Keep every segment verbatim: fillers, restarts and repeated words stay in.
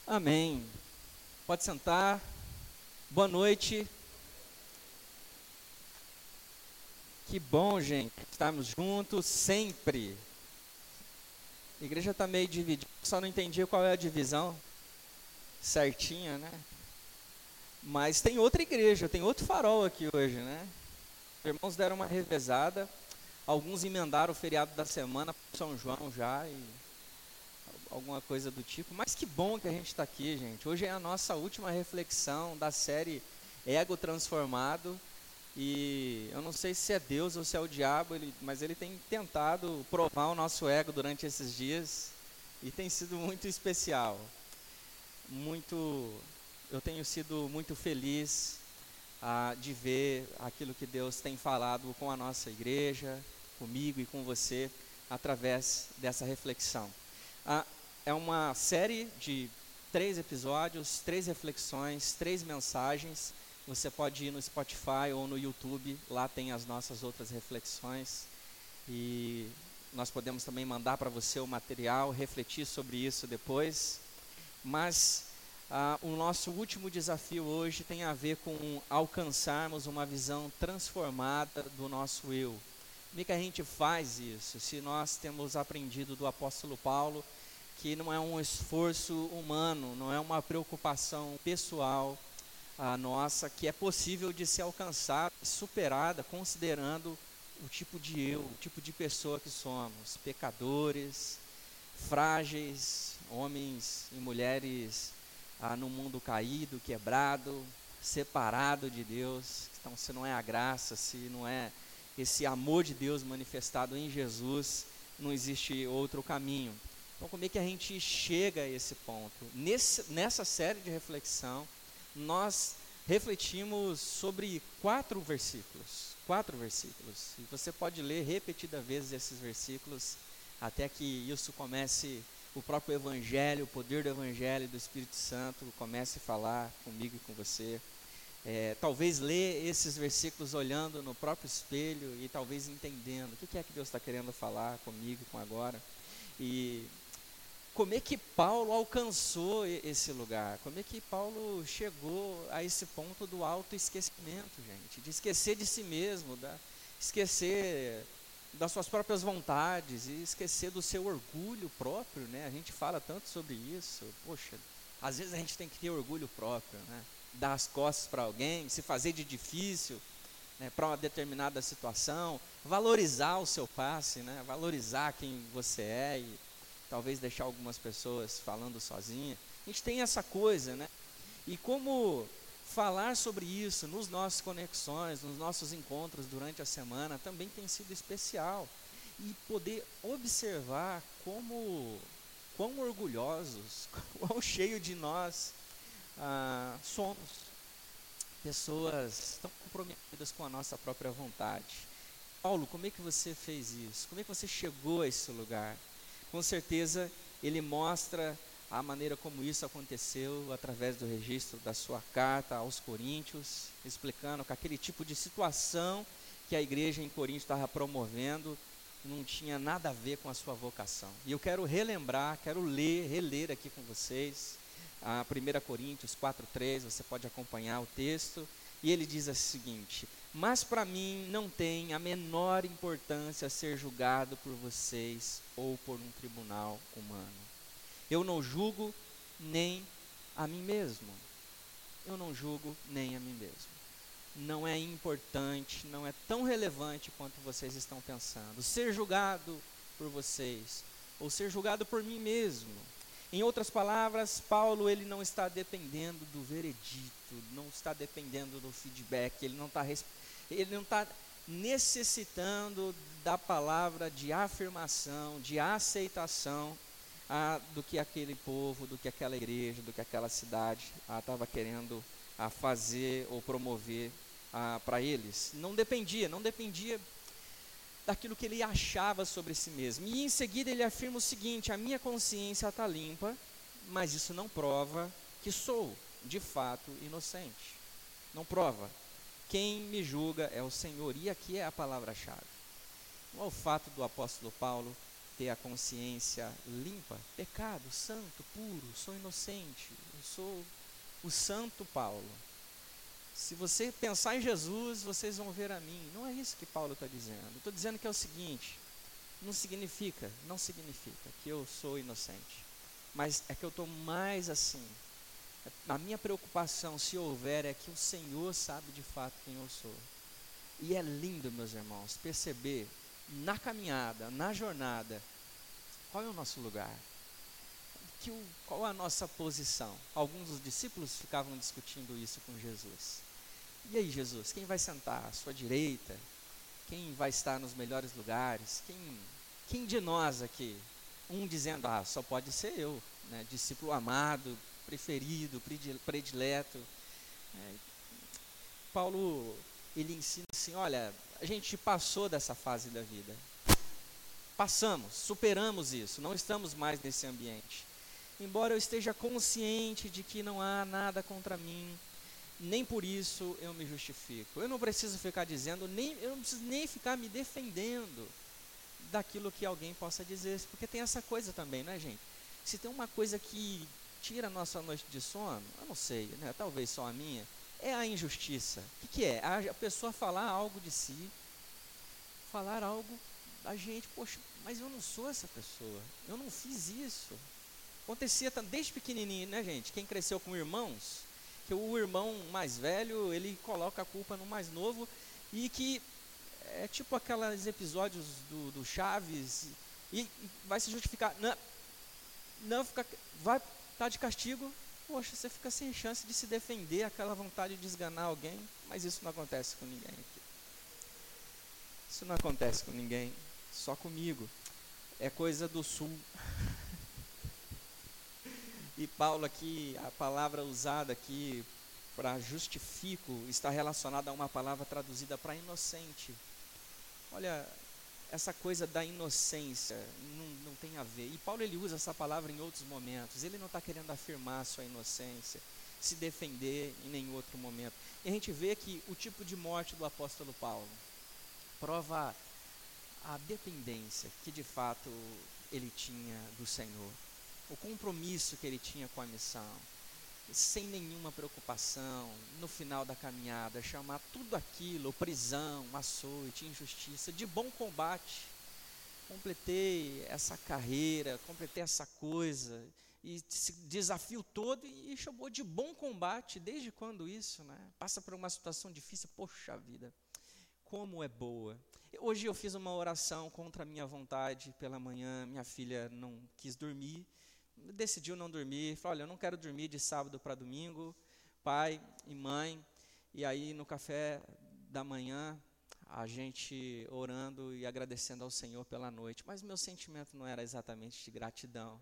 Amém. Pode sentar. Boa noite. Que bom, gente, estarmos juntos sempre. A igreja está meio dividida, só não entendi qual é a divisão certinha, né? Mas tem outra igreja, tem outro farol aqui hoje, né? Os irmãos deram uma revezada, alguns emendaram o feriado da semana para São João já e alguma coisa do tipo. Mas que bom que a gente está aqui, gente. Hoje é a nossa última reflexão da série Ego Transformado. E eu não sei se é Deus ou se é o diabo, ele, mas ele tem tentado provar o nosso ego durante esses dias. E tem sido muito especial. Muito, eu tenho sido muito feliz ah, de ver aquilo que Deus tem falado com a nossa igreja, comigo e com você, através dessa reflexão. Ah, é uma série de três episódios, três reflexões, três mensagens. Você pode ir no Spotify ou no YouTube, lá tem as nossas outras reflexões. E nós podemos também mandar para você o material, refletir sobre isso depois. Mas ah, o nosso último desafio hoje tem a ver com alcançarmos uma visão transformada do nosso eu. Como é que a gente faz isso? Se nós temos aprendido do apóstolo Paulo que não é um esforço humano, não é uma preocupação pessoal a nossa, que é possível de ser alcançada, superada, considerando o tipo de eu, o tipo de pessoa que somos, pecadores, frágeis, homens e mulheres ah, no mundo caído, quebrado, separado de Deus. Então, se não é a graça, se não é esse amor de Deus manifestado em Jesus, não existe outro caminho. Então, como é que a gente chega a esse ponto? Nesse, nessa série de reflexão, nós refletimos sobre quatro versículos. Quatro versículos. E você pode ler repetidas vezes esses versículos, até que isso comece, o próprio Evangelho, o poder do Evangelho e do Espírito Santo comece a falar comigo e com você. É, talvez ler esses versículos olhando no próprio espelho e talvez entendendo o que é que Deus está querendo falar comigo, com agora. E como é que Paulo alcançou esse lugar? Como é que Paulo chegou a esse ponto do autoesquecimento, gente? De esquecer de si mesmo, da, esquecer das suas próprias vontades e esquecer do seu orgulho próprio, né? A gente fala tanto sobre isso. Poxa, às vezes a gente tem que ter orgulho próprio, né? Dar as costas para alguém, se fazer de difícil, né, para uma determinada situação, valorizar o seu passe, né? Valorizar quem você é e talvez deixar algumas pessoas falando sozinha. A gente tem essa coisa, né? E como falar sobre isso nos nossas conexões, nos nossos encontros durante a semana, também tem sido especial. E poder observar como, quão orgulhosos, quão cheio de nós ah, somos. Pessoas tão comprometidas com a nossa própria vontade. Paulo, como é que você fez isso? Como é que você chegou a esse lugar? Com certeza, ele mostra a maneira como isso aconteceu através do registro da sua carta aos Coríntios, explicando que aquele tipo de situação que a igreja em Corinto estava promovendo não tinha nada a ver com a sua vocação. E eu quero relembrar, quero ler, reler aqui com vocês, a primeira Coríntios quatro, três, você pode acompanhar o texto, e ele diz o seguinte: mas para mim não tem a menor importância ser julgado por vocês ou por um tribunal humano. Eu não julgo nem a mim mesmo. Eu não julgo nem a mim mesmo. Não é importante, não é tão relevante quanto vocês estão pensando. Ser julgado por vocês ou ser julgado por mim mesmo. Em outras palavras, Paulo ele não está dependendo do veredito, não está dependendo do feedback, ele não está ele não está necessitando da palavra de afirmação, de aceitação ah, do que aquele povo, do que aquela igreja, do que aquela cidade estava ah, querendo ah, fazer ou promover ah, para eles. Não dependia, não dependia daquilo que ele achava sobre si mesmo. E em seguida ele afirma o seguinte: a minha consciência está limpa, mas isso não prova que sou, de fato, inocente. Não prova. Quem me julga é o Senhor. E aqui é a palavra-chave. Não é o fato do apóstolo Paulo ter a consciência limpa, pecado, santo, puro, sou inocente, eu sou o santo Paulo. Se você pensar em Jesus, vocês vão ver a mim. Não é isso que Paulo está dizendo. Estou dizendo que é o seguinte, não significa, não significa que eu sou inocente, mas é que eu estou mais assim. A minha preocupação, se houver, é que o Senhor sabe de fato quem eu sou. E é lindo, meus irmãos, perceber na caminhada, na jornada, qual é o nosso lugar, que o, qual é a nossa posição. Alguns dos discípulos ficavam discutindo isso com Jesus. E aí, Jesus, quem vai sentar à sua direita? Quem vai estar nos melhores lugares? Quem, quem de nós aqui? Um dizendo, ah, só pode ser eu, né? Discípulo amado, preferido, predileto. É, Paulo, ele ensina assim, olha, a gente passou dessa fase da vida. Passamos, superamos isso, não estamos mais nesse ambiente. Embora eu esteja consciente de que não há nada contra mim, nem por isso eu me justifico. Eu não preciso ficar dizendo, nem, eu não preciso nem ficar me defendendo daquilo que alguém possa dizer, porque tem essa coisa também, né, gente? Se tem uma coisa que tira a nossa noite de sono, eu não sei, né, talvez só a minha, é a injustiça. O que, que é? A pessoa falar algo de si, falar algo da gente, poxa, mas eu não sou essa pessoa, eu não fiz isso. Acontecia desde pequenininho, né, gente? Quem cresceu com irmãos, que o irmão mais velho, ele coloca a culpa no mais novo, e que é tipo aqueles episódios do, do Chaves, e, e vai se justificar, não, não fica, vai estar tá de castigo, poxa, você fica sem chance de se defender, aquela vontade de esganar alguém, mas isso não acontece com ninguém aqui. Isso não acontece com ninguém, só comigo, é coisa do sul. E Paulo aqui, a palavra usada aqui para justifico, está relacionada a uma palavra traduzida para inocente. Olha, essa coisa da inocência não, não tem a ver. E Paulo, ele usa essa palavra em outros momentos. Ele não está querendo afirmar a sua inocência, se defender em nenhum outro momento. E a gente vê que o tipo de morte do apóstolo Paulo prova a dependência que de fato ele tinha do Senhor. O compromisso que ele tinha com a missão, sem nenhuma preocupação, no final da caminhada, chamar tudo aquilo, prisão, açoite, injustiça, de bom combate. Completei essa carreira, completei essa coisa, e esse desafio todo, e chamou de bom combate. Desde quando isso, né? Passa por uma situação difícil, poxa vida, como é boa. Hoje eu fiz uma oração contra a minha vontade pela manhã, minha filha não quis dormir, decidiu não dormir, falou, olha, eu não quero dormir de sábado para domingo, pai e mãe, e aí no café da manhã, a gente orando e agradecendo ao Senhor pela noite, mas meu sentimento não era exatamente de gratidão,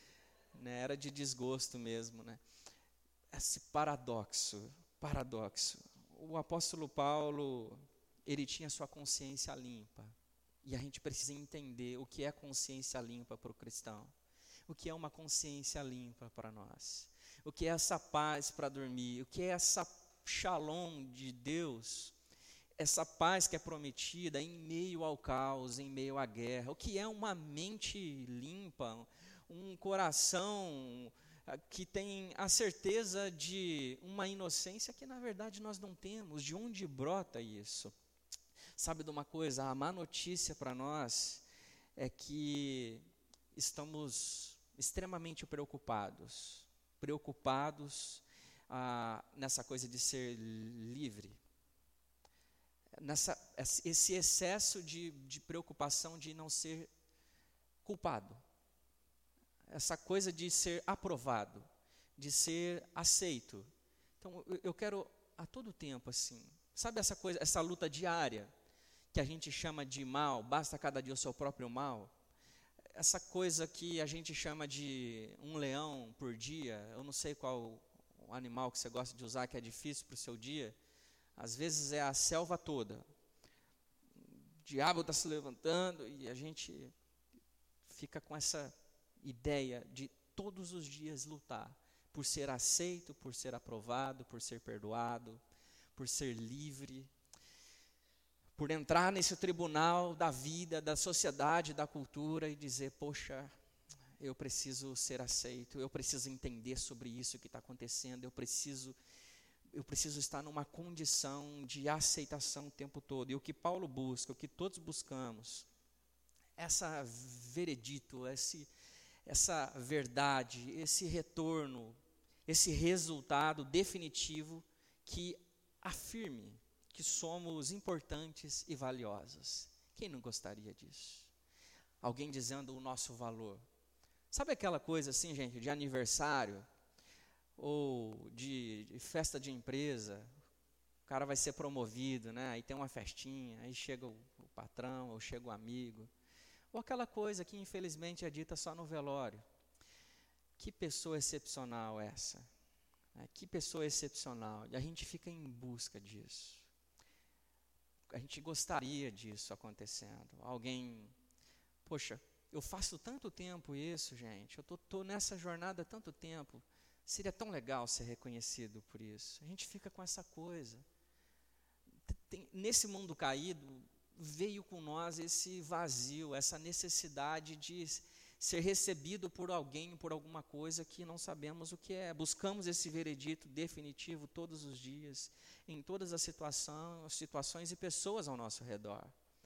né, era de desgosto mesmo, né, esse paradoxo, paradoxo, o apóstolo Paulo, ele tinha sua consciência limpa, e a gente precisa entender o que é consciência limpa para o cristão. O que é uma consciência limpa para nós? O que é essa paz para dormir? O que é essa shalom de Deus? Essa paz que é prometida em meio ao caos, em meio à guerra. O que é uma mente limpa? Um coração que tem a certeza de uma inocência que na verdade nós não temos. De onde brota isso? Sabe de uma coisa? A má notícia para nós é que estamos extremamente preocupados, preocupados ah, nessa coisa de ser livre, nessa, esse excesso de, de preocupação de não ser culpado, essa coisa de ser aprovado, de ser aceito. Então eu, eu quero a todo tempo assim, sabe essa coisa, essa luta diária, que a gente chama de mal, basta cada dia o seu próprio mal, essa coisa que a gente chama de um leão por dia, eu não sei qual o animal que você gosta de usar, que é difícil para o seu dia, às vezes é a selva toda, o diabo está se levantando e a gente fica com essa ideia de todos os dias lutar, por ser aceito, por ser aprovado, por ser perdoado, por ser livre. por entrar nesse tribunal da vida, da sociedade, da cultura e dizer, poxa, eu preciso ser aceito, eu preciso entender sobre isso que está acontecendo, eu preciso, eu preciso estar numa condição de aceitação o tempo todo. E o que Paulo busca, o que todos buscamos, essa veredito, esse, essa verdade, esse retorno, esse resultado definitivo que afirme que somos importantes e valiosos. Quem não gostaria disso? Alguém dizendo o nosso valor. Sabe aquela coisa assim, gente, de aniversário ou de, de festa de empresa? O cara vai ser promovido, né? Aí tem uma festinha, aí chega o, o patrão ou chega o amigo. Ou aquela coisa que infelizmente é dita só no velório. Que pessoa excepcional essa? Que pessoa excepcional. E a gente fica em busca disso. A gente gostaria disso acontecendo. Alguém, poxa, eu faço tanto tempo isso, gente. Eu estou nessa jornada há tanto tempo. Seria tão legal ser reconhecido por isso. A gente fica com essa coisa. Tem, nesse mundo caído, veio com nós esse vazio, essa necessidade de ser recebido por alguém, por alguma coisa que não sabemos o que é. Buscamos esse veredito definitivo todos os dias, em todas as situações, situações e pessoas ao nosso redor.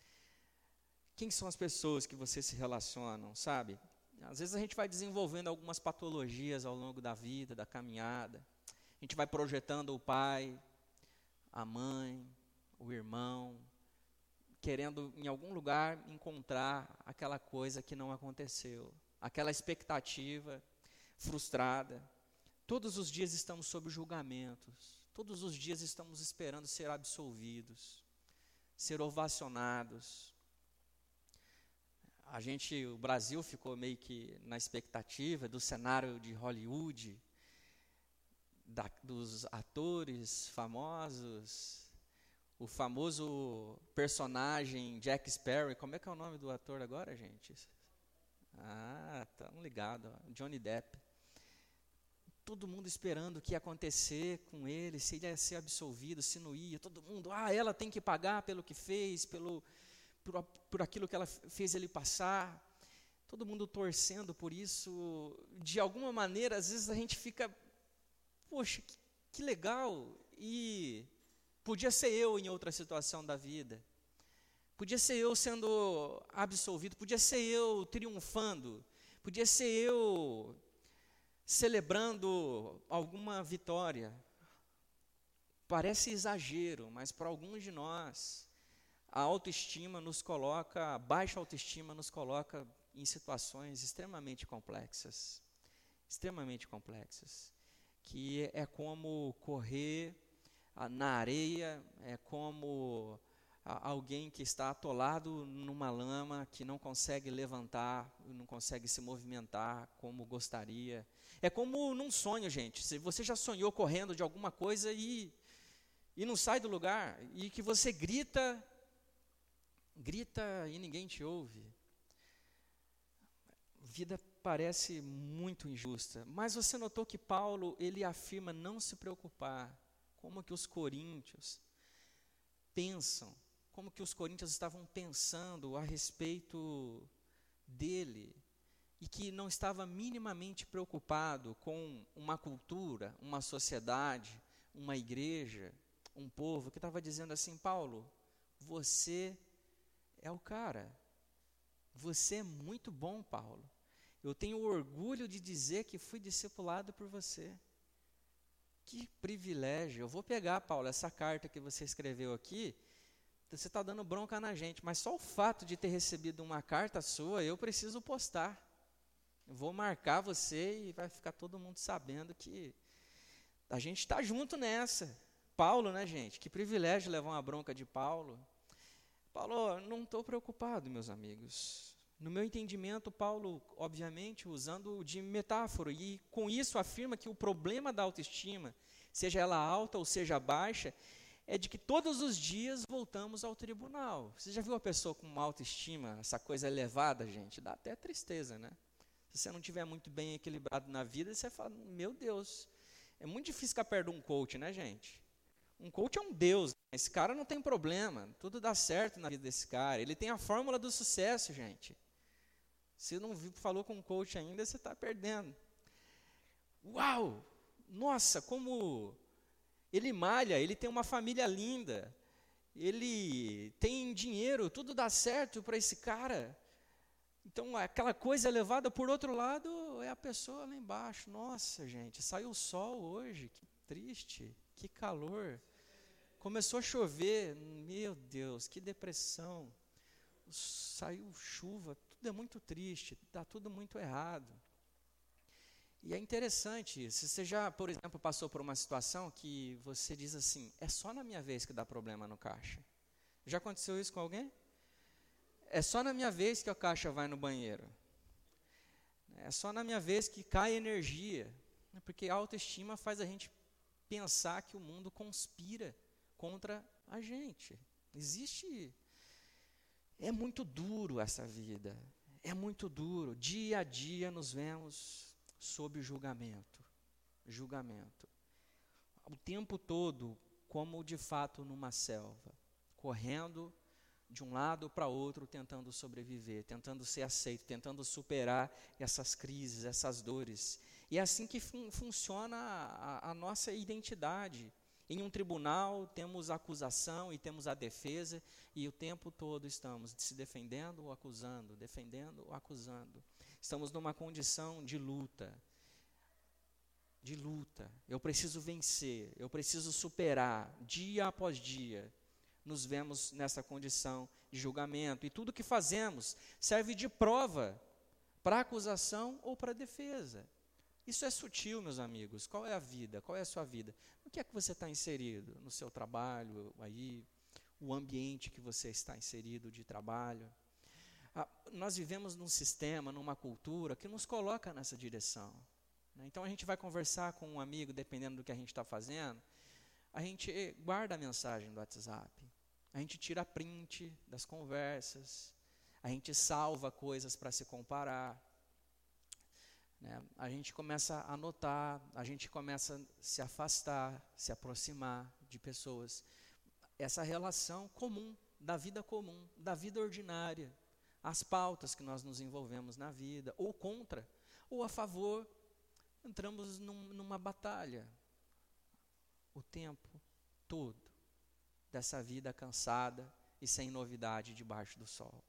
Quem são as pessoas que você se relacionam, sabe? Às vezes a gente vai desenvolvendo algumas patologias ao longo da vida, da caminhada. A gente vai projetando o pai, a mãe, o irmão, querendo em algum lugar encontrar aquela coisa que não aconteceu, aquela expectativa frustrada. Todos os dias estamos sob julgamentos, todos os dias estamos esperando ser absolvidos, ser ovacionados. A gente, o Brasil ficou meio que na expectativa do cenário de Hollywood, da, dos atores famosos, o famoso personagem Jack Sparrow. Como é que é o nome do ator agora, gente? Ah, estamos ligados, Johnny Depp. Todo mundo esperando o que ia acontecer com ele, se ele ia ser absolvido, se não ia. Todo mundo, ah, ela tem que pagar pelo que fez, pelo, por, por aquilo que ela fez ele passar. Todo mundo torcendo por isso. De alguma maneira, às vezes a gente fica, poxa, que, que legal. E podia ser eu em outra situação da vida. Podia ser eu sendo absolvido. Podia ser eu triunfando. Podia ser eu celebrando alguma vitória. Parece exagero, mas para alguns de nós, a autoestima nos coloca, a baixa autoestima nos coloca em situações extremamente complexas. Extremamente complexas. Que é como correr na areia, é como alguém que está atolado numa lama, que não consegue levantar, não consegue se movimentar como gostaria. É como num sonho, gente. Se você já sonhou correndo de alguma coisa e, e não sai do lugar, e que você grita, grita e ninguém te ouve. A vida parece muito injusta, mas você notou que Paulo, ele afirma não se preocupar. Como que os coríntios pensam, como que os coríntios estavam pensando a respeito dele, e que não estava minimamente preocupado com uma cultura, uma sociedade, uma igreja, um povo, que estava dizendo assim, Paulo, você é o cara, você é muito bom, Paulo, eu tenho orgulho de dizer que fui discipulado por você. Que privilégio. Eu vou pegar, Paulo, essa carta que você escreveu aqui, você está dando bronca na gente, mas só o fato de ter recebido uma carta sua, eu preciso postar. Eu vou marcar você e vai ficar todo mundo sabendo que a gente está junto nessa. Paulo, né, gente? Que privilégio levar uma bronca de Paulo. Paulo, não estou preocupado, meus amigos. No meu entendimento, Paulo, obviamente, usando de metáfora, e com isso afirma que o problema da autoestima, seja ela alta ou seja baixa, é de que todos os dias voltamos ao tribunal. Você já viu uma pessoa com uma autoestima, essa coisa elevada, gente? Dá até tristeza, né? Se você não estiver muito bem equilibrado na vida, você fala, meu Deus, é muito difícil ficar perto de um coach, né, gente? Um coach é um deus. Esse cara não tem problema. Tudo dá certo na vida desse cara. Ele tem a fórmula do sucesso, gente. Se não viu, falou com um coach ainda, você está perdendo. Uau! Nossa, como ele malha, ele tem uma família linda. Ele tem dinheiro, tudo dá certo para esse cara. Então, aquela coisa levada por outro lado é a pessoa lá embaixo. Nossa, gente, saiu o sol hoje, que triste, que calor. Começou a chover, meu Deus, que depressão. Saiu chuva, tudo é muito triste, está tudo muito errado. E é interessante, se você já, por exemplo, passou por uma situação que você diz assim, é só na minha vez que dá problema no caixa. Já aconteceu isso com alguém? É só na minha vez que a caixa vai no banheiro. É só na minha vez que cai energia. Porque a autoestima faz a gente pensar que o mundo conspira contra a gente. Existe... É muito duro essa vida. É muito duro. Dia a dia nos vemos sob julgamento. Julgamento. O tempo todo, como de fato numa selva. Correndo de um lado para outro, tentando sobreviver, tentando ser aceito, tentando superar essas crises, essas dores. E é assim que fun- funciona a, a nossa identidade. Em um tribunal temos a acusação e temos a defesa, e o tempo todo estamos se defendendo ou acusando, defendendo ou acusando. Estamos numa condição de luta. De luta. Eu preciso vencer, eu preciso superar, dia após dia. Nos vemos nessa condição de julgamento. E tudo que fazemos serve de prova para acusação ou para defesa. Isso é sutil, meus amigos. Qual é a vida? Qual é a sua vida? No que é que você está inserido? No seu trabalho, aí, o ambiente que você está inserido de trabalho. Ah, nós vivemos num sistema, numa cultura que nos coloca nessa direção. Né? Então a gente vai conversar com um amigo, dependendo do que a gente está fazendo, a gente guarda a mensagem do WhatsApp, a gente tira print das conversas, a gente salva coisas para se comparar, né? A gente começa a anotar, a gente começa a se afastar, se aproximar de pessoas. Essa relação comum, da vida comum, da vida ordinária, as pautas que nós nos envolvemos na vida, ou contra, ou a favor, entramos num, numa batalha. O tempo todo dessa vida cansada e sem novidade debaixo do sol.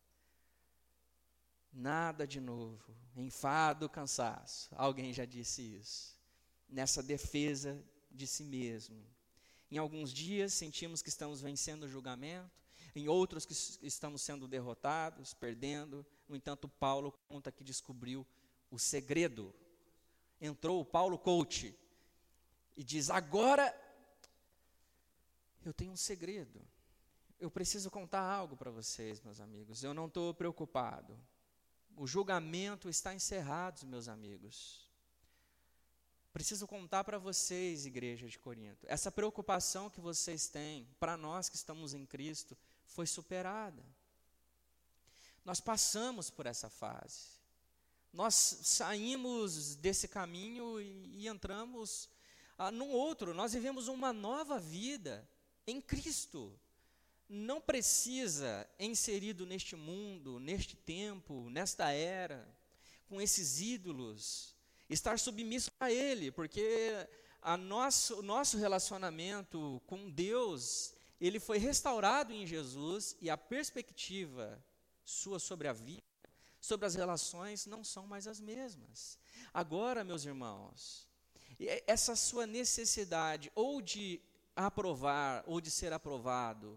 Nada de novo, enfado, cansaço. Alguém já disse isso. Nessa defesa de si mesmo. Em alguns dias sentimos que estamos vencendo o julgamento, em outros que estamos sendo derrotados, perdendo. No entanto, Paulo conta que descobriu o segredo. Entrou o Paulo coach e diz, agora eu tenho um segredo. Eu preciso contar algo para vocês, meus amigos. Eu não estou preocupado. O julgamento está encerrado, meus amigos. Preciso contar para vocês, igreja de Corinto. Essa preocupação que vocês têm, para nós que estamos em Cristo, foi superada. Nós passamos por essa fase. Nós saímos desse caminho e, e entramos ah, num outro. Nós vivemos uma nova vida em Cristo. Não precisa, inserido neste mundo, neste tempo, nesta era, com esses ídolos, estar submisso a Ele, porque a nosso, o nosso relacionamento com Deus, ele foi restaurado em Jesus, e a perspectiva sua sobre a vida, sobre as relações, não são mais as mesmas. Agora, meus irmãos, essa sua necessidade ou de aprovar, ou de ser aprovado,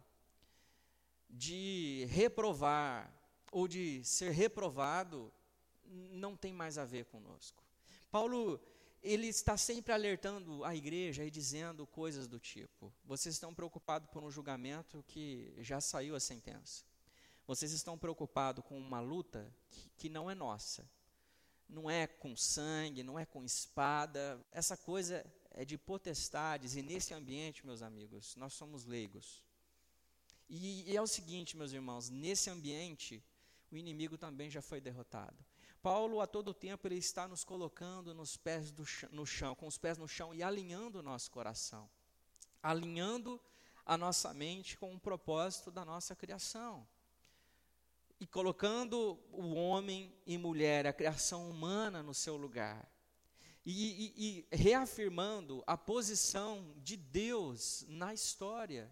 de reprovar ou de ser reprovado, não tem mais a ver conosco. Paulo, ele está sempre alertando a igreja e dizendo coisas do tipo, vocês estão preocupados por um julgamento que já saiu a sentença. Vocês estão preocupados com uma luta que, que não é nossa. Não é com sangue, não é com espada. Essa coisa é de potestades, e nesse ambiente, meus amigos, nós somos leigos. E, e é o seguinte, meus irmãos, nesse ambiente, o inimigo também já foi derrotado. Paulo, a todo tempo, ele está nos colocando nos pés do chão, no chão, com os pés no chão e alinhando o nosso coração. alinhando a nossa mente com o propósito da nossa criação. E colocando o homem e mulher, a criação humana, no seu lugar. E, e, e reafirmando a posição de Deus na história.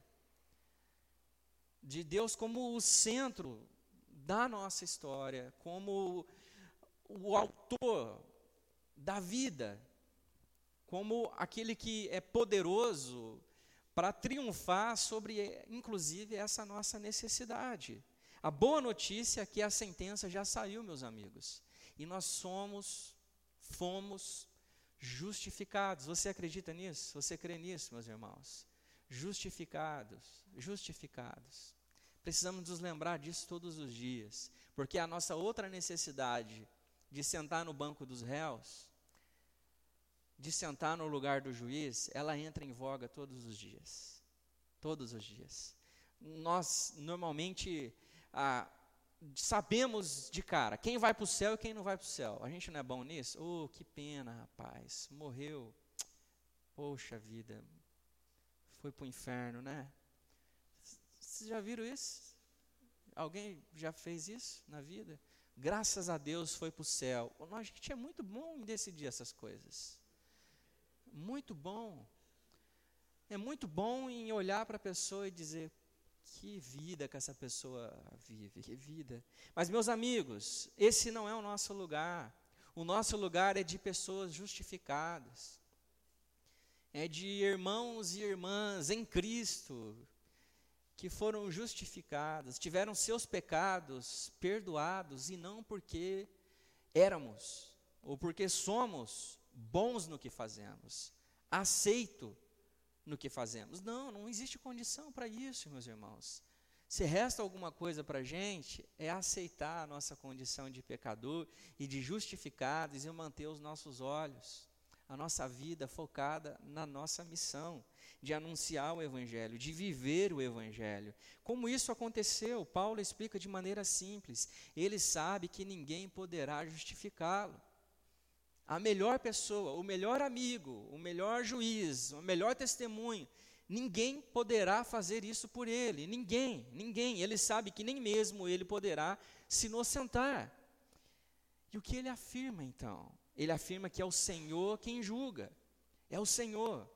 De Deus como o centro da nossa história, como o autor da vida, como aquele que é poderoso para triunfar sobre, inclusive, essa nossa necessidade. A boa notícia é que a sentença já saiu, meus amigos, e nós somos, fomos justificados. Você acredita nisso? Você crê nisso, meus irmãos? Justificados, justificados. Precisamos nos lembrar disso todos os dias, porque a nossa outra necessidade de sentar no banco dos réus, de sentar no lugar do juiz, ela entra em voga todos os dias. Todos os dias. Nós, normalmente, ah, sabemos de cara quem vai para o céu e quem não vai para o céu. A gente não é bom nisso? Oh, que pena, rapaz, morreu. Poxa vida, foi para o inferno, né? Vocês já viram isso? Alguém já fez isso na vida? Graças a Deus foi para o céu. A gente é muito bom em decidir essas coisas. Muito bom. É muito bom em olhar para a pessoa e dizer, que vida que essa pessoa vive, que vida. Mas, meus amigos, esse não é o nosso lugar. O nosso lugar é de pessoas justificadas. É de irmãos e irmãs em Cristo, que foram justificados, tiveram seus pecados perdoados, e não porque éramos, ou porque somos bons no que fazemos, aceito no que fazemos. Não, não existe condição para isso, meus irmãos. Se resta alguma coisa para a gente, é aceitar a nossa condição de pecador e de justificados e manter os nossos olhos, a nossa vida focada na nossa missão, de anunciar o Evangelho, de viver o Evangelho. Como isso aconteceu? Paulo explica de maneira simples. Ele sabe que ninguém poderá justificá-lo. A melhor pessoa, o melhor amigo, o melhor juiz, o melhor testemunho, ninguém poderá fazer isso por ele. Ninguém, ninguém. Ele sabe que nem mesmo ele poderá se inocentar. E o que ele afirma então? Ele afirma que é o Senhor quem julga, é o Senhor.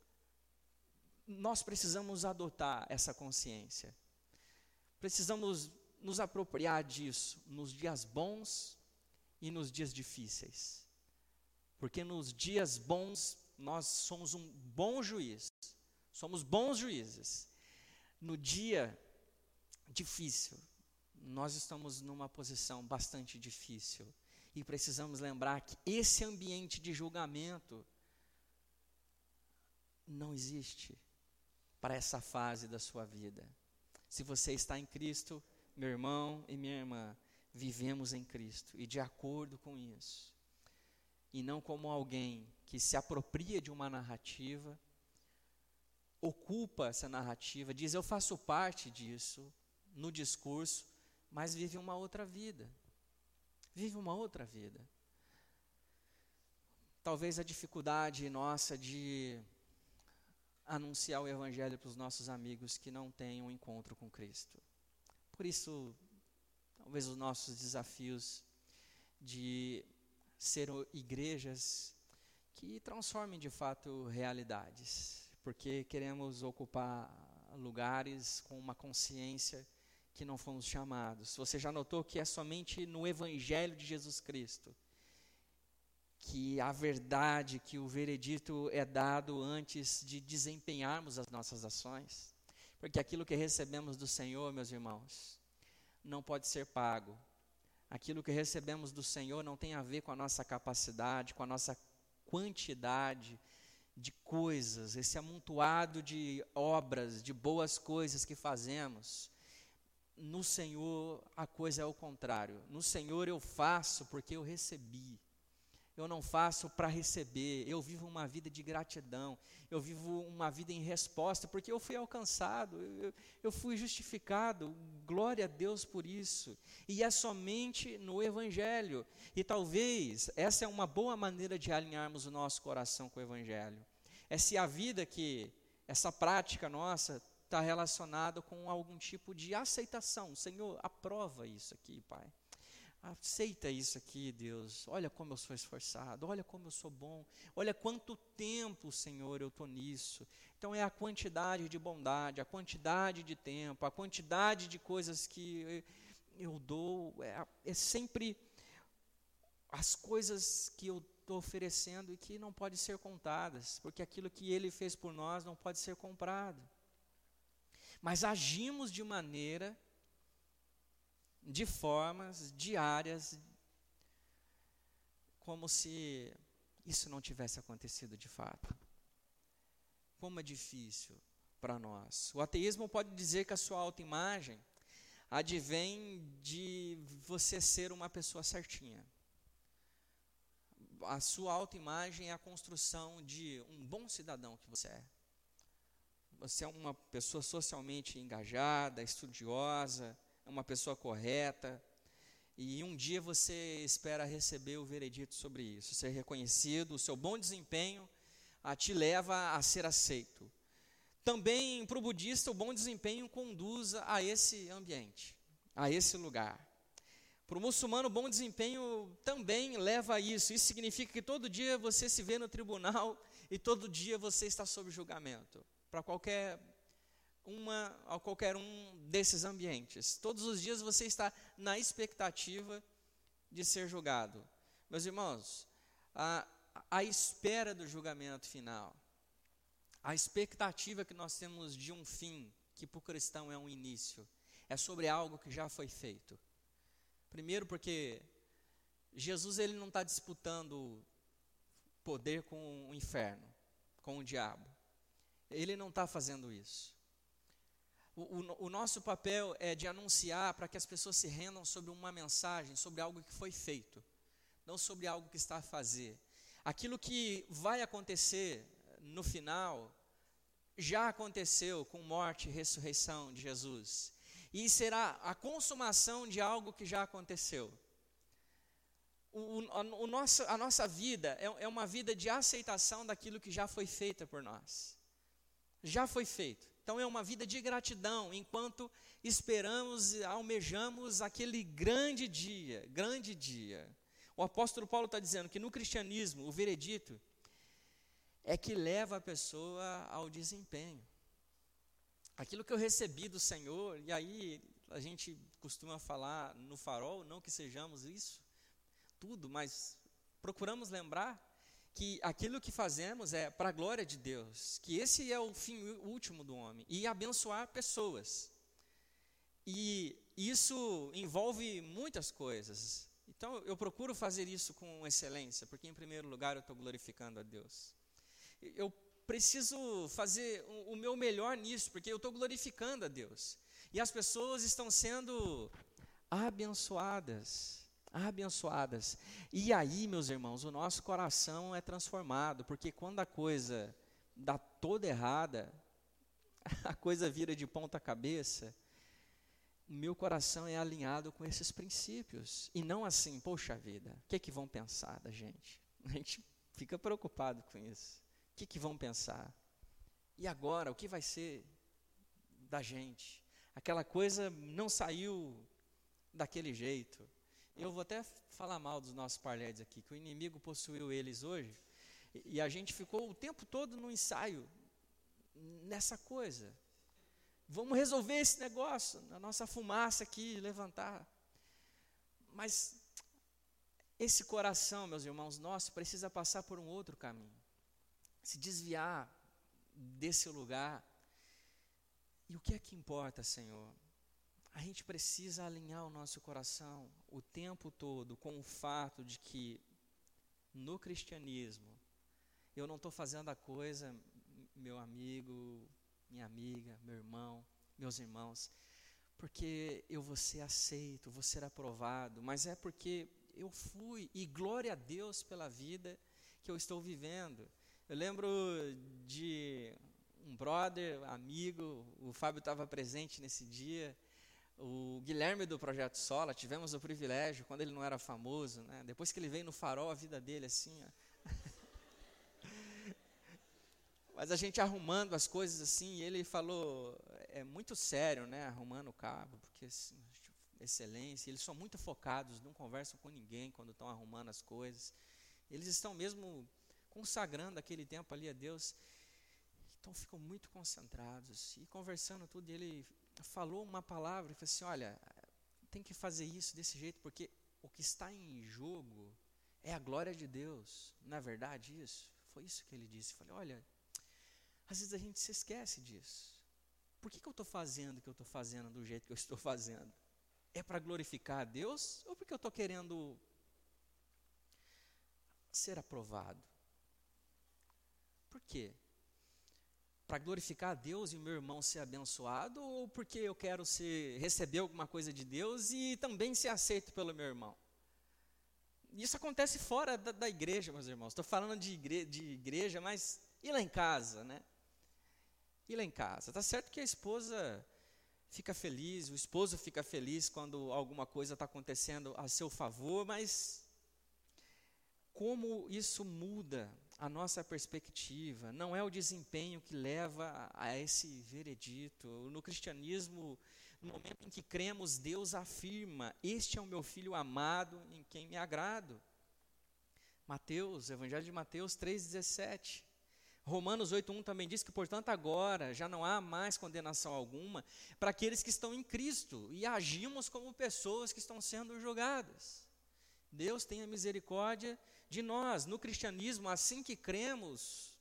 Nós precisamos adotar essa consciência, precisamos nos apropriar disso nos dias bons e nos dias difíceis, porque nos dias bons nós somos um bom juiz, somos bons juízes. No dia difícil, nós estamos numa posição bastante difícil. E precisamos lembrar que esse ambiente de julgamento não existe para essa fase da sua vida. Se você está em Cristo, meu irmão e minha irmã, vivemos em Cristo e de acordo com isso. E não como alguém que se apropria de uma narrativa, ocupa essa narrativa, diz eu faço parte disso no discurso, mas vive uma outra vida. Vive uma outra vida. Talvez a dificuldade nossa de anunciar o Evangelho para os nossos amigos que não têm um encontro com Cristo. Por isso, talvez os nossos desafios de ser igrejas que transformem de fato realidades, porque queremos ocupar lugares com uma consciência que não fomos chamados. Você já notou que é somente no Evangelho de Jesus Cristo que a verdade, que o veredito é dado antes de desempenharmos as nossas ações? Porque aquilo que recebemos do Senhor, meus irmãos, não pode ser pago. Aquilo que recebemos do Senhor não tem a ver com a nossa capacidade, com a nossa quantidade de coisas, esse amontoado de obras, de boas coisas que fazemos. No Senhor a coisa é o contrário. No Senhor eu faço porque eu recebi. Eu não faço para receber. Eu vivo uma vida de gratidão. Eu vivo uma vida em resposta porque eu fui alcançado. Eu, eu fui justificado. Glória a Deus por isso. E é somente no Evangelho. E talvez essa é uma boa maneira de alinharmos o nosso coração com o Evangelho. É se a vida que essa prática nossa está relacionada com algum tipo de aceitação. Senhor, aprova isso aqui, Pai. Aceita isso aqui, Deus. Olha como eu sou esforçado, olha como eu sou bom, olha quanto tempo, Senhor, eu estou nisso. Então é a quantidade de bondade, a quantidade de tempo, a quantidade de coisas que eu dou, é, é sempre as coisas que eu estou oferecendo e que não podem ser contadas, porque aquilo que Ele fez por nós não pode ser comprado. Mas agimos de maneira, de formas diárias, como se isso não tivesse acontecido de fato. Como é difícil para nós. O ateísmo pode dizer que a sua autoimagem advém de você ser uma pessoa certinha. A sua autoimagem é a construção de um bom cidadão que você é. Você é uma pessoa socialmente engajada, estudiosa, é uma pessoa correta, e um dia você espera receber o veredito sobre isso, ser reconhecido, o seu bom desempenho a, te leva a ser aceito. Também, para o budista, o bom desempenho conduz a esse ambiente, a esse lugar. Para o muçulmano, o bom desempenho também leva a isso. Isso significa que todo dia você se vê no tribunal e todo dia você está sob julgamento. Para qualquer uma, a qualquer um desses ambientes. Todos os dias você está na expectativa de ser julgado. Meus irmãos, a, a espera do julgamento final, a expectativa que nós temos de um fim, que para o cristão é um início, é sobre algo que já foi feito. Primeiro porque Jesus ele não está disputando poder com o inferno, com o diabo. Ele não está fazendo isso. O, o, o nosso papel é de anunciar para que as pessoas se rendam sobre uma mensagem, sobre algo que foi feito, não sobre algo que está a fazer. Aquilo que vai acontecer no final, já aconteceu com morte e ressurreição de Jesus. E será a consumação de algo que já aconteceu. O, o, o nosso, a nossa vida é, é uma vida de aceitação daquilo que já foi feito por nós. Já foi feito. Então é uma vida de gratidão, enquanto esperamos e almejamos aquele grande dia, grande dia. O apóstolo Paulo está dizendo que no cristianismo, o veredito é que leva a pessoa ao desempenho. Aquilo que eu recebi do Senhor, e aí a gente costuma falar no farol, não que sejamos isso, tudo, mas procuramos lembrar que aquilo que fazemos é para a glória de Deus, que esse é o fim último do homem, e abençoar pessoas. E isso envolve muitas coisas. Então eu procuro fazer isso com excelência, porque em primeiro lugar eu estou glorificando a Deus. Eu preciso fazer o meu melhor nisso, porque eu estou glorificando a Deus. E as pessoas estão sendo abençoadas. Abençoadas. E aí, meus irmãos, o nosso coração é transformado, porque quando a coisa dá toda errada, a coisa vira de ponta cabeça, o meu coração é alinhado com esses princípios. E não assim, poxa vida, o que é que vão pensar da gente? A gente fica preocupado com isso. O que, que vão pensar? E agora, o que vai ser da gente? Aquela coisa não saiu daquele jeito. Eu vou até falar mal dos nossos parlédios aqui, que o inimigo possuiu eles hoje, e a gente ficou o tempo todo no ensaio, nessa coisa. Vamos resolver esse negócio, a nossa fumaça aqui, levantar. Mas esse coração, meus irmãos, nosso, precisa passar por um outro caminho. Se desviar desse lugar. E o que é que importa, Senhor? A gente precisa alinhar o nosso coração o tempo todo com o fato de que no cristianismo eu não estou fazendo a coisa, meu amigo, minha amiga, meu irmão, meus irmãos, porque eu vou ser aceito, vou ser aprovado, mas é porque eu fui, e glória a Deus pela vida que eu estou vivendo. Eu lembro de um brother, amigo, o Fábio estava presente nesse dia, o Guilherme do Projeto Sola, tivemos o privilégio, quando ele não era famoso, né? Depois que ele veio no farol, a vida dele assim, ó. Mas a gente arrumando as coisas assim, e ele falou, é muito sério, né, arrumando o cabo, porque assim, excelência, eles são muito focados, não conversam com ninguém quando estão arrumando as coisas, eles estão mesmo consagrando aquele tempo ali a Deus, então ficam muito concentrados, e conversando tudo, ele falou uma palavra, e falou assim, olha, tem que fazer isso desse jeito, porque o que está em jogo é a glória de Deus, não é verdade isso? Foi isso que ele disse, eu falei, olha, às vezes a gente se esquece disso, por que, que eu estou fazendo o que eu estou fazendo do jeito que eu estou fazendo? É para glorificar a Deus ou porque eu estou querendo ser aprovado? Por quê? Para glorificar a Deus e o meu irmão ser abençoado ou porque eu quero ser, receber alguma coisa de Deus e também ser aceito pelo meu irmão? Isso acontece fora da, da igreja, meus irmãos. Estou falando de, igre, de igreja, mas e lá em casa, né? E lá em casa? Está certo que a esposa fica feliz, o esposo fica feliz quando alguma coisa está acontecendo a seu favor, mas como isso muda a nossa perspectiva? Não é o desempenho que leva a esse veredito. No cristianismo, no momento em que cremos, Deus afirma, este é o meu filho amado em quem me agrado. Mateus, Evangelho de Mateus três, dezessete. Romanos oito, um também diz que, portanto, agora já não há mais condenação alguma para aqueles que estão em Cristo e agimos como pessoas que estão sendo julgadas. Deus tenha misericórdia de nós. No cristianismo, assim que cremos,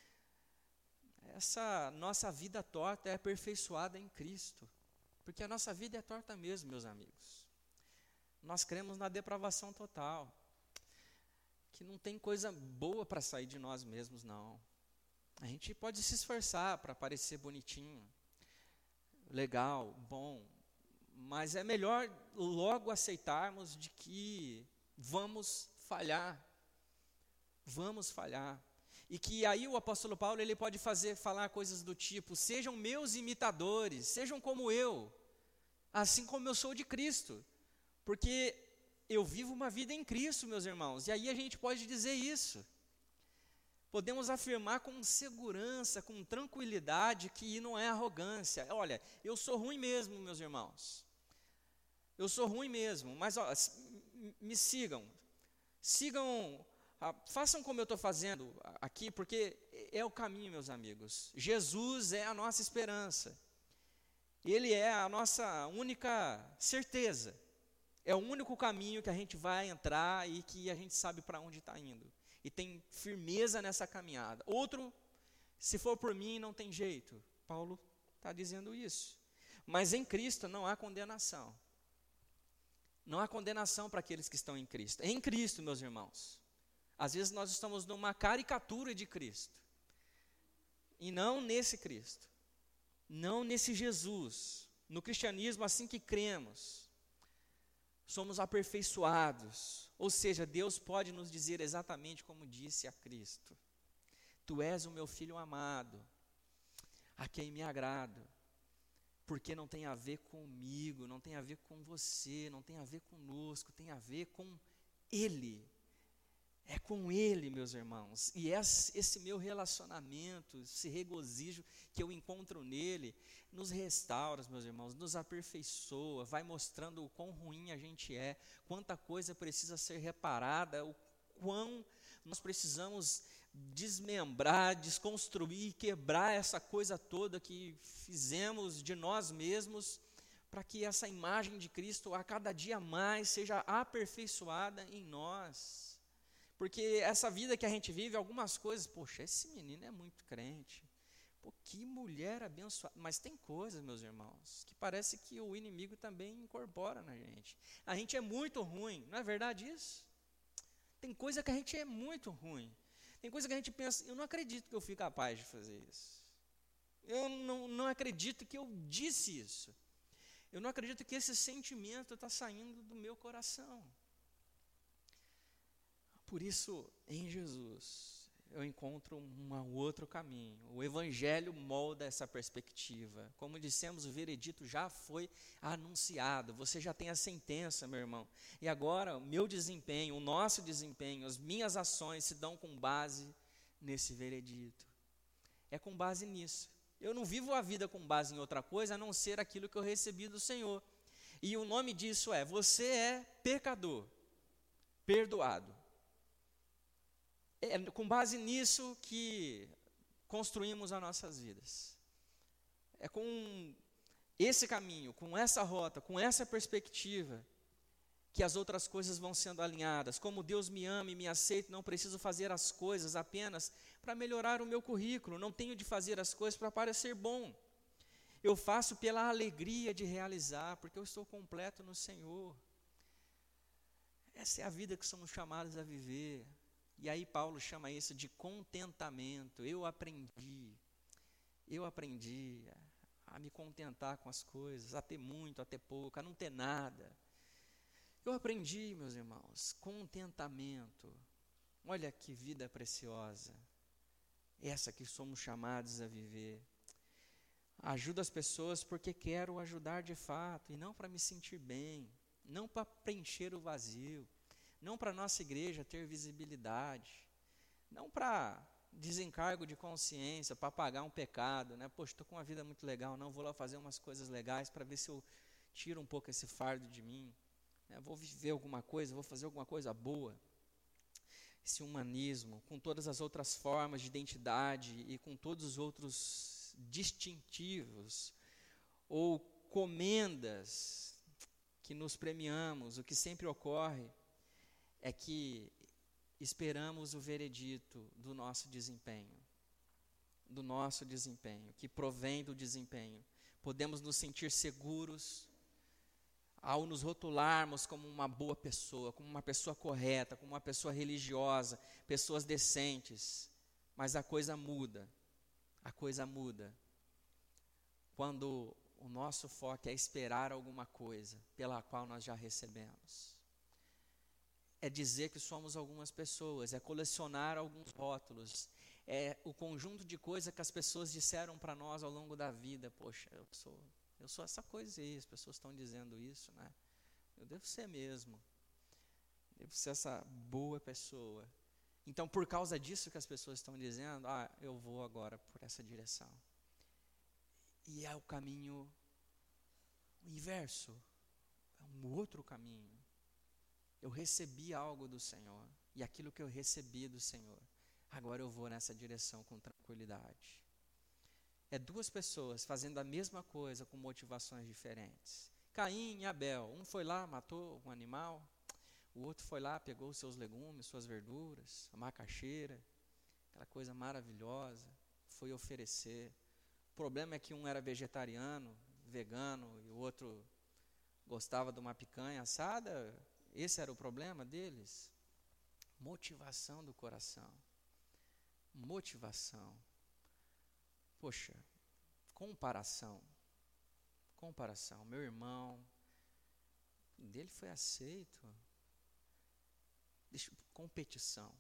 essa nossa vida torta é aperfeiçoada em Cristo, porque a nossa vida é torta mesmo, meus amigos. Nós cremos na depravação total, que não tem coisa boa para sair de nós mesmos, não. A gente pode se esforçar para parecer bonitinho, legal, bom, mas é melhor logo aceitarmos de que vamos falhar, vamos falhar. E que aí o apóstolo Paulo ele pode fazer, falar coisas do tipo, sejam meus imitadores, sejam como eu, assim como eu sou de Cristo, porque eu vivo uma vida em Cristo, meus irmãos, e aí a gente pode dizer isso. Podemos afirmar com segurança, com tranquilidade, que não é arrogância. Olha, eu sou ruim mesmo, meus irmãos. Eu sou ruim mesmo, mas ó, me sigam. Sigam, ah, façam como eu estou fazendo aqui, porque é o caminho, meus amigos. Jesus é a nossa esperança. Ele é a nossa única certeza. É o único caminho que a gente vai entrar e que a gente sabe para onde está indo. E tem firmeza nessa caminhada. Outro, se for por mim, não tem jeito. Paulo está dizendo isso. Mas em Cristo não há condenação. Não há condenação para aqueles que estão em Cristo. Em Cristo, meus irmãos. Às vezes nós estamos numa caricatura de Cristo. E não nesse Cristo. Não nesse Jesus. No cristianismo, assim que cremos, somos aperfeiçoados, ou seja, Deus pode nos dizer exatamente como disse a Cristo: tu és o meu filho amado, a quem me agrado, porque não tem a ver comigo, não tem a ver com você, não tem a ver conosco, tem a ver com Ele. É com Ele, meus irmãos, e esse meu relacionamento, esse regozijo que eu encontro nele, nos restaura, meus irmãos, nos aperfeiçoa, vai mostrando o quão ruim a gente é, quanta coisa precisa ser reparada, o quão nós precisamos desmembrar, desconstruir, quebrar essa coisa toda que fizemos de nós mesmos, para que essa imagem de Cristo a cada dia mais seja aperfeiçoada em nós. Porque essa vida que a gente vive, algumas coisas, poxa, esse menino é muito crente, pô, que mulher abençoada, mas tem coisas, meus irmãos, que parece que o inimigo também incorpora na gente. A gente é muito ruim, não é verdade isso? Tem coisa que a gente é muito ruim, tem coisa que a gente pensa, eu não acredito que eu fui capaz de fazer isso, eu não, não acredito que eu disse isso, eu não acredito que esse sentimento está saindo do meu coração. Por isso, em Jesus, eu encontro um outro caminho. O Evangelho molda essa perspectiva. Como dissemos, o veredito já foi anunciado. Você já tem a sentença, meu irmão. E agora, o meu desempenho, o nosso desempenho, as minhas ações se dão com base nesse veredito. É com base nisso. Eu não vivo a vida com base em outra coisa, a não ser aquilo que eu recebi do Senhor. E o nome disso é: você é pecador, perdoado. É com base nisso que construímos as nossas vidas. É com esse caminho, com essa rota, com essa perspectiva, que as outras coisas vão sendo alinhadas. Como Deus me ama e me aceita, não preciso fazer as coisas apenas para melhorar o meu currículo, não tenho de fazer as coisas para parecer bom. Eu faço pela alegria de realizar, porque eu estou completo no Senhor. Essa é a vida que somos chamados a viver. E aí Paulo chama isso de contentamento. Eu aprendi, eu aprendi a, a me contentar com as coisas, a ter muito, a ter pouco, a não ter nada. Eu aprendi, meus irmãos, contentamento. Olha que vida preciosa, essa que somos chamados a viver. Ajudo as pessoas porque quero ajudar de fato, e não para me sentir bem, não para preencher o vazio, não para a nossa igreja ter visibilidade, não para desencargo de consciência, para pagar um pecado, né? Poxa, estou com uma vida muito legal, não, vou lá fazer umas coisas legais para ver se eu tiro um pouco esse fardo de mim, né? Vou viver alguma coisa, vou fazer alguma coisa boa. Esse humanismo, com todas as outras formas de identidade e com todos os outros distintivos ou comendas que nos premiamos, o que sempre ocorre é que esperamos o veredito do nosso desempenho, do nosso desempenho, que provém do desempenho. Podemos nos sentir seguros ao nos rotularmos como uma boa pessoa, como uma pessoa correta, como uma pessoa religiosa, pessoas decentes, mas a coisa muda, a coisa muda quando o nosso foco é esperar alguma coisa pela qual nós já recebemos. É dizer que somos algumas pessoas, é colecionar alguns rótulos, é o conjunto de coisas que as pessoas disseram para nós ao longo da vida. Poxa, eu sou, eu sou essa coisa aí, as pessoas estão dizendo isso, né? Eu devo ser mesmo, devo ser essa boa pessoa. Então, por causa disso que as pessoas estão dizendo, ah, eu vou agora por essa direção. E é o caminho inverso, é um outro caminho. Eu recebi algo do Senhor, e aquilo que eu recebi do Senhor, agora eu vou nessa direção com tranquilidade. É duas pessoas fazendo a mesma coisa com motivações diferentes. Caim e Abel, um foi lá, matou um animal, o outro foi lá, pegou os seus legumes, suas verduras, a macaxeira, aquela coisa maravilhosa, foi oferecer. O problema é que um era vegetariano, vegano, e o outro gostava de uma picanha assada. Esse era o problema deles. Motivação do coração. Motivação. Poxa, comparação. Comparação. Meu irmão, dele foi aceito. Deixa, competição.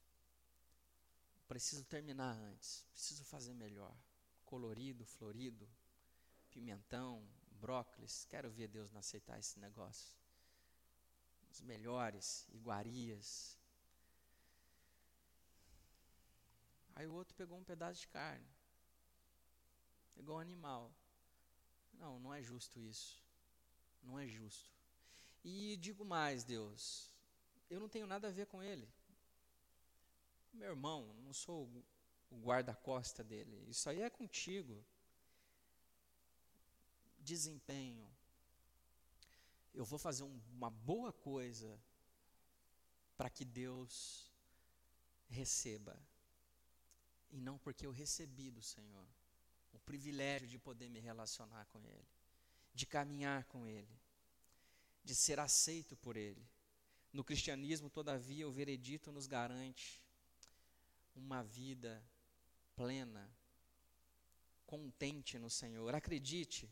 Preciso terminar antes. Preciso fazer melhor. Colorido, florido, pimentão, brócolis. Quero ver Deus não aceitar esse negócio. Os melhores, iguarias. Aí o outro pegou um pedaço de carne, pegou um animal. Não, não é justo isso, não é justo. E digo mais, Deus, eu não tenho nada a ver com ele. Meu irmão, não sou o guarda-costa dele, isso aí é contigo. Desempenho. Eu vou fazer um, uma boa coisa para que Deus receba. E não porque eu recebi do Senhor. O privilégio de poder me relacionar com Ele. De caminhar com Ele. De ser aceito por Ele. No cristianismo, todavia, o veredito nos garante uma vida plena, contente no Senhor. Acredite.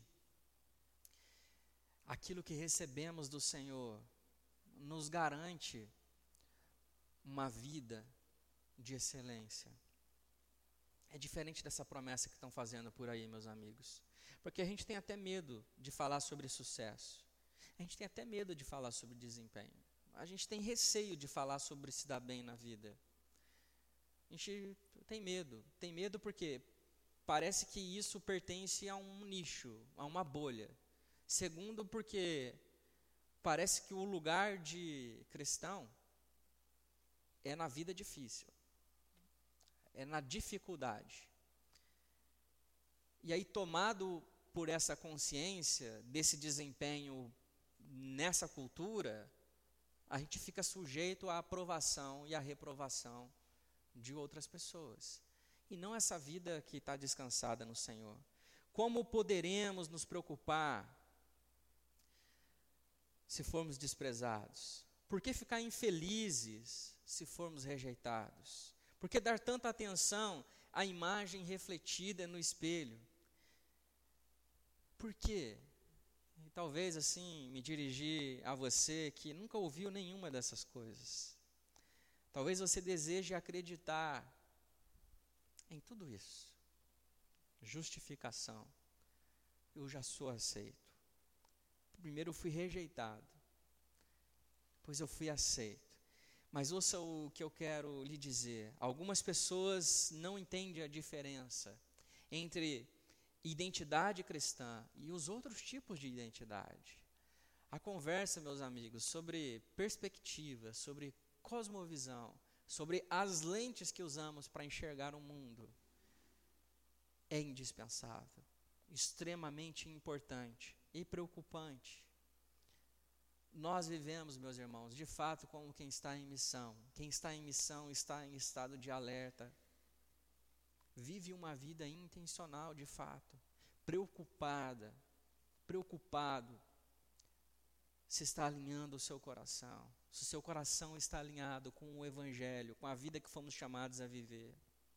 Aquilo que recebemos do Senhor nos garante uma vida de excelência. É diferente dessa promessa que estão fazendo por aí, meus amigos. Porque a gente tem até medo de falar sobre sucesso. A gente tem até medo de falar sobre desempenho. A gente tem receio de falar sobre se dar bem na vida. A gente tem medo. Tem medo porque parece que isso pertence a um nicho, a uma bolha. Segundo, porque parece que o lugar de cristão é na vida difícil, é na dificuldade. E aí, tomado por essa consciência desse desempenho nessa cultura, a gente fica sujeito à aprovação e à reprovação de outras pessoas. E não essa vida que está descansada no Senhor. Como poderemos nos preocupar se formos desprezados? Por que ficar infelizes se formos rejeitados? Por que dar tanta atenção à imagem refletida no espelho? Por quê? E talvez assim me dirigir a você que nunca ouviu nenhuma dessas coisas. Talvez você deseje acreditar em tudo isso. Justificação. Eu já sou aceito. Primeiro eu fui rejeitado, depois eu fui aceito. Mas ouça o que eu quero lhe dizer. Algumas pessoas não entendem a diferença entre identidade cristã e os outros tipos de identidade. A conversa, meus amigos, sobre perspectiva, sobre cosmovisão, sobre as lentes que usamos para enxergar o mundo, é indispensável, extremamente importante e preocupante. Nós vivemos, meus irmãos, de fato como quem está em missão. Quem está em missão está em estado de alerta. Vive uma vida intencional, de fato, preocupada, preocupado se está alinhando o seu coração, se o seu coração está alinhado com o Evangelho, com a vida que fomos chamados a viver.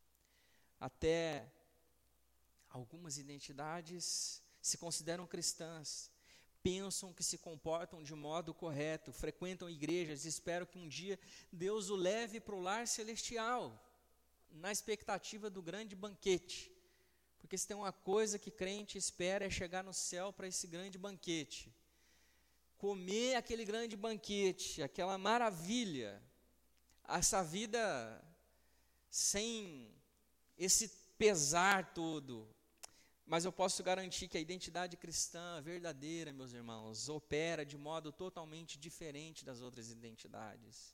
Até algumas identidades se consideram cristãs, pensam que se comportam de modo correto, frequentam igrejas, esperam que um dia Deus o leve para o lar celestial, na expectativa do grande banquete. Porque se tem uma coisa que crente espera é chegar no céu para esse grande banquete. Comer aquele grande banquete, aquela maravilha, essa vida sem esse pesar todo. Mas eu posso garantir que a identidade cristã verdadeira, meus irmãos, opera de modo totalmente diferente das outras identidades.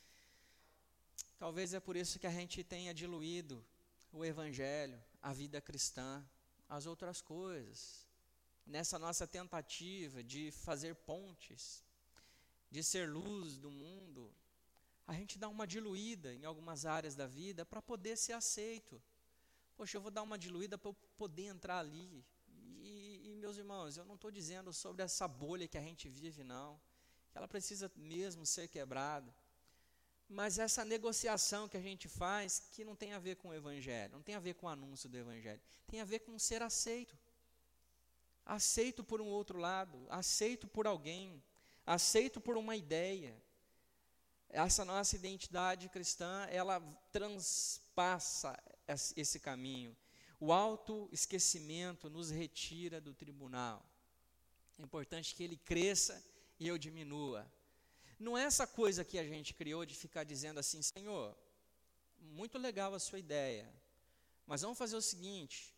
Talvez é por isso que a gente tenha diluído o Evangelho, a vida cristã, as outras coisas. Nessa nossa tentativa de fazer pontes, de ser luz do mundo, a gente dá uma diluída em algumas áreas da vida para poder ser aceito. Poxa, eu vou dar uma diluída para eu poder entrar ali. E, e meus irmãos, eu não estou dizendo sobre essa bolha que a gente vive, não. Que ela precisa mesmo ser quebrada. Mas essa negociação que a gente faz, que não tem a ver com o Evangelho, não tem a ver com o anúncio do Evangelho, tem a ver com ser aceito. Aceito por um outro lado, aceito por alguém, aceito por uma ideia. Essa nossa identidade cristã, ela transpassa esse caminho. O autoesquecimento nos retira do tribunal. É importante que ele cresça e eu diminua. Não é essa coisa que a gente criou de ficar dizendo assim, Senhor, muito legal a sua ideia, mas vamos fazer o seguinte,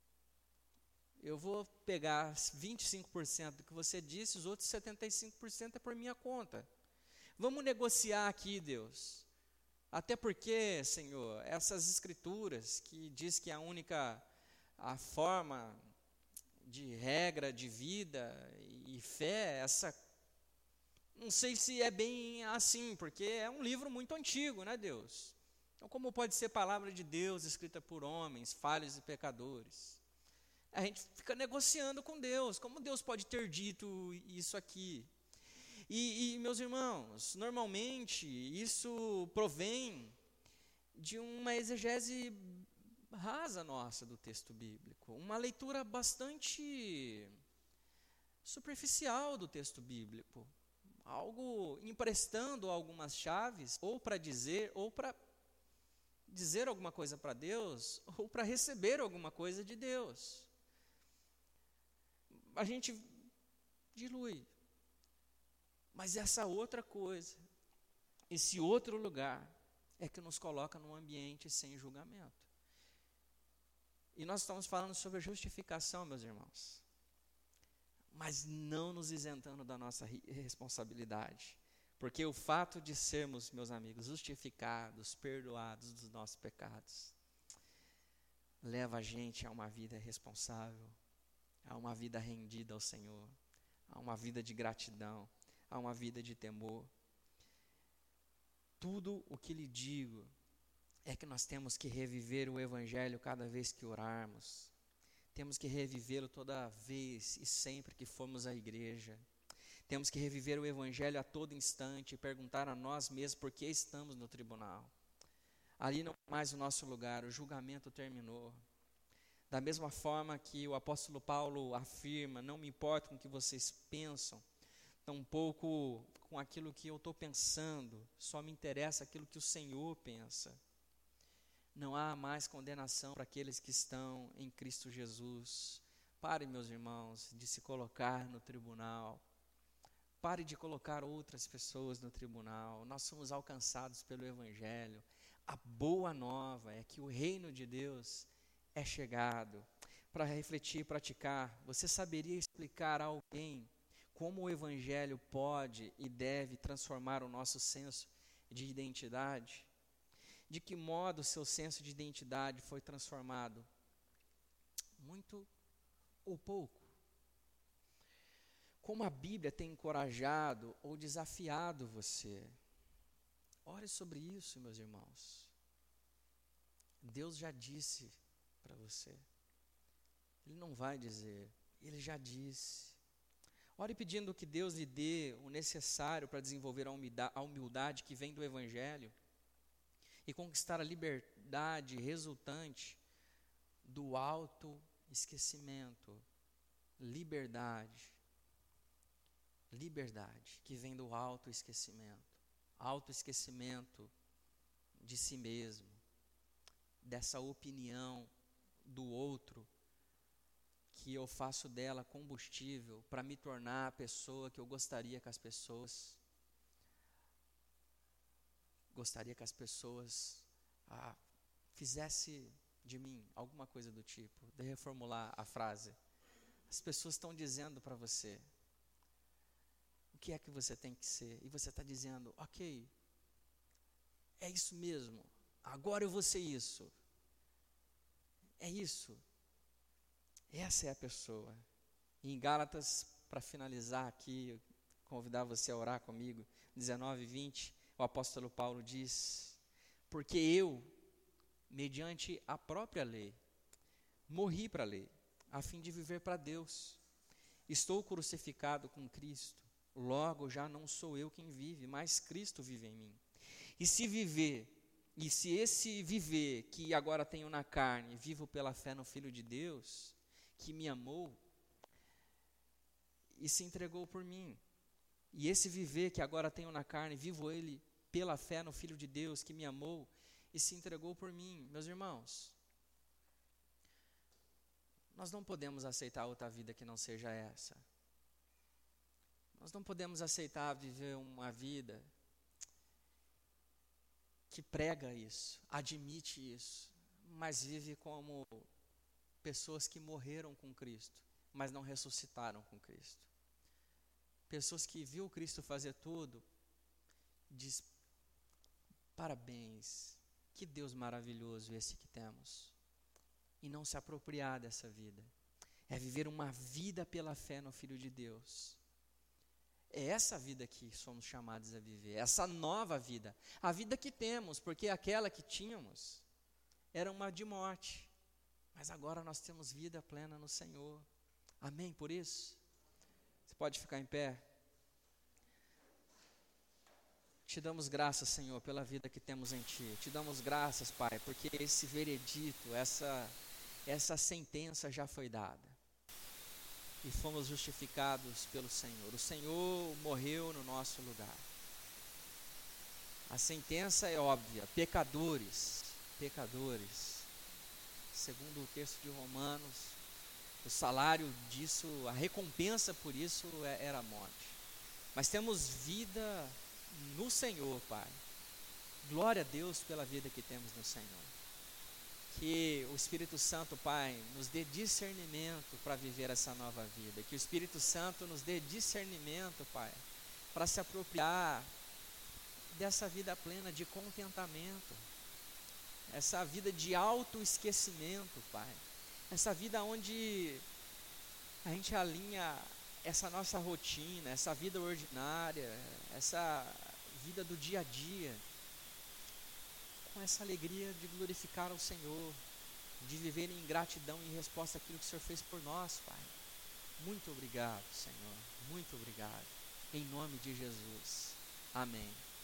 eu vou pegar vinte e cinco por cento do que você disse, os outros setenta e cinco por cento é por minha conta. Vamos negociar aqui, Deus. Até porque, Senhor, essas escrituras que diz que a única a forma de regra de vida e fé, essa, não sei se é bem assim, porque é um livro muito antigo, né, Deus? Então, como pode ser palavra de Deus escrita por homens, falhos e pecadores? A gente fica negociando com Deus, como Deus pode ter dito isso aqui? E, e, meus irmãos, normalmente isso provém de uma exegese rasa nossa do texto bíblico, uma leitura bastante superficial do texto bíblico, algo emprestando algumas chaves, ou para dizer, ou para dizer alguma coisa para Deus, ou para receber alguma coisa de Deus. A gente dilui. Mas essa outra coisa, esse outro lugar, é que nos coloca num ambiente sem julgamento. E nós estamos falando sobre justificação, meus irmãos. Mas não nos isentando da nossa responsabilidade. Porque o fato de sermos, meus amigos, justificados, perdoados dos nossos pecados, leva a gente a uma vida responsável, a uma vida rendida ao Senhor, a uma vida de gratidão, a uma vida de temor. Tudo o que lhe digo é que nós temos que reviver o Evangelho cada vez que orarmos. Temos que revivê-lo toda vez e sempre que formos à igreja. Temos que reviver o Evangelho a todo instante e perguntar a nós mesmos por que estamos no tribunal. Ali não é mais o nosso lugar, o julgamento terminou. Da mesma forma que o apóstolo Paulo afirma, não me importa com o que vocês pensam, tampouco com aquilo que eu estou pensando, só me interessa aquilo que o Senhor pensa. Não há mais condenação para aqueles que estão em Cristo Jesus. Pare, meus irmãos, de se colocar no tribunal. Pare de colocar outras pessoas no tribunal. Nós somos alcançados pelo Evangelho. A boa nova é que o reino de Deus é chegado. Para refletir e praticar, você saberia explicar a alguém como o Evangelho pode e deve transformar o nosso senso de identidade? De que modo o seu senso de identidade foi transformado? Muito ou pouco? Como a Bíblia tem encorajado ou desafiado você? Ore sobre isso, meus irmãos. Deus já disse para você. Ele não vai dizer, Ele já disse. Ore pedindo que Deus lhe dê o necessário para desenvolver a humildade que vem do Evangelho e conquistar a liberdade resultante do autoesquecimento. Liberdade. Liberdade que vem do autoesquecimento. Autoesquecimento de si mesmo, dessa opinião do outro, que eu faço dela combustível para me tornar a pessoa que eu gostaria que as pessoas gostaria que as pessoas ah, fizessem de mim, alguma coisa do tipo. De reformular a frase. As pessoas estão dizendo para você o que é que você tem que ser, e você está dizendo, ok, é isso mesmo, agora eu vou ser isso. É isso. Essa é a pessoa. E em Gálatas, para finalizar aqui, convidar você a orar comigo, dezenove e vinte, o apóstolo Paulo diz, porque eu, mediante a própria lei, morri para a lei, a fim de viver para Deus. Estou crucificado com Cristo, logo já não sou eu quem vive, mas Cristo vive em mim. E se viver, e se esse viver que agora tenho na carne, vivo pela fé no Filho de Deus, que me amou e se entregou por mim. E esse viver que agora tenho na carne, vivo ele pela fé no Filho de Deus, que me amou e se entregou por mim. Meus irmãos, nós não podemos aceitar outra vida que não seja essa. Nós não podemos aceitar viver uma vida que prega isso, admite isso, mas vive como pessoas que morreram com Cristo, mas não ressuscitaram com Cristo. Pessoas que viu Cristo fazer tudo, diz, parabéns, que Deus maravilhoso esse que temos. E não se apropriar dessa vida. É viver uma vida pela fé no Filho de Deus. É essa vida que somos chamados a viver, essa nova vida. A vida que temos, porque aquela que tínhamos era uma de morte. Mas agora nós temos vida plena no Senhor. Amém por isso? Você pode ficar em pé? Te damos graças, Senhor, pela vida que temos em Ti. Te damos graças, Pai, porque esse veredito, essa, essa sentença já foi dada. E fomos justificados pelo Senhor. O Senhor morreu no nosso lugar. A sentença é óbvia. Pecadores, pecadores. Segundo o texto de Romanos, o salário disso, a recompensa por isso era a morte. Mas temos vida no Senhor, Pai. Glória a Deus pela vida que temos no Senhor. Que o Espírito Santo, Pai, nos dê discernimento para viver essa nova vida. Que o Espírito Santo nos dê discernimento, Pai, para se apropriar dessa vida plena de contentamento. Essa vida de autoesquecimento, Pai. Essa vida onde a gente alinha essa nossa rotina, essa vida ordinária, essa vida do dia a dia, com essa alegria de glorificar ao Senhor, de viver em gratidão em resposta àquilo que o Senhor fez por nós, Pai. Muito obrigado, Senhor, muito obrigado. Em nome de Jesus. Amém.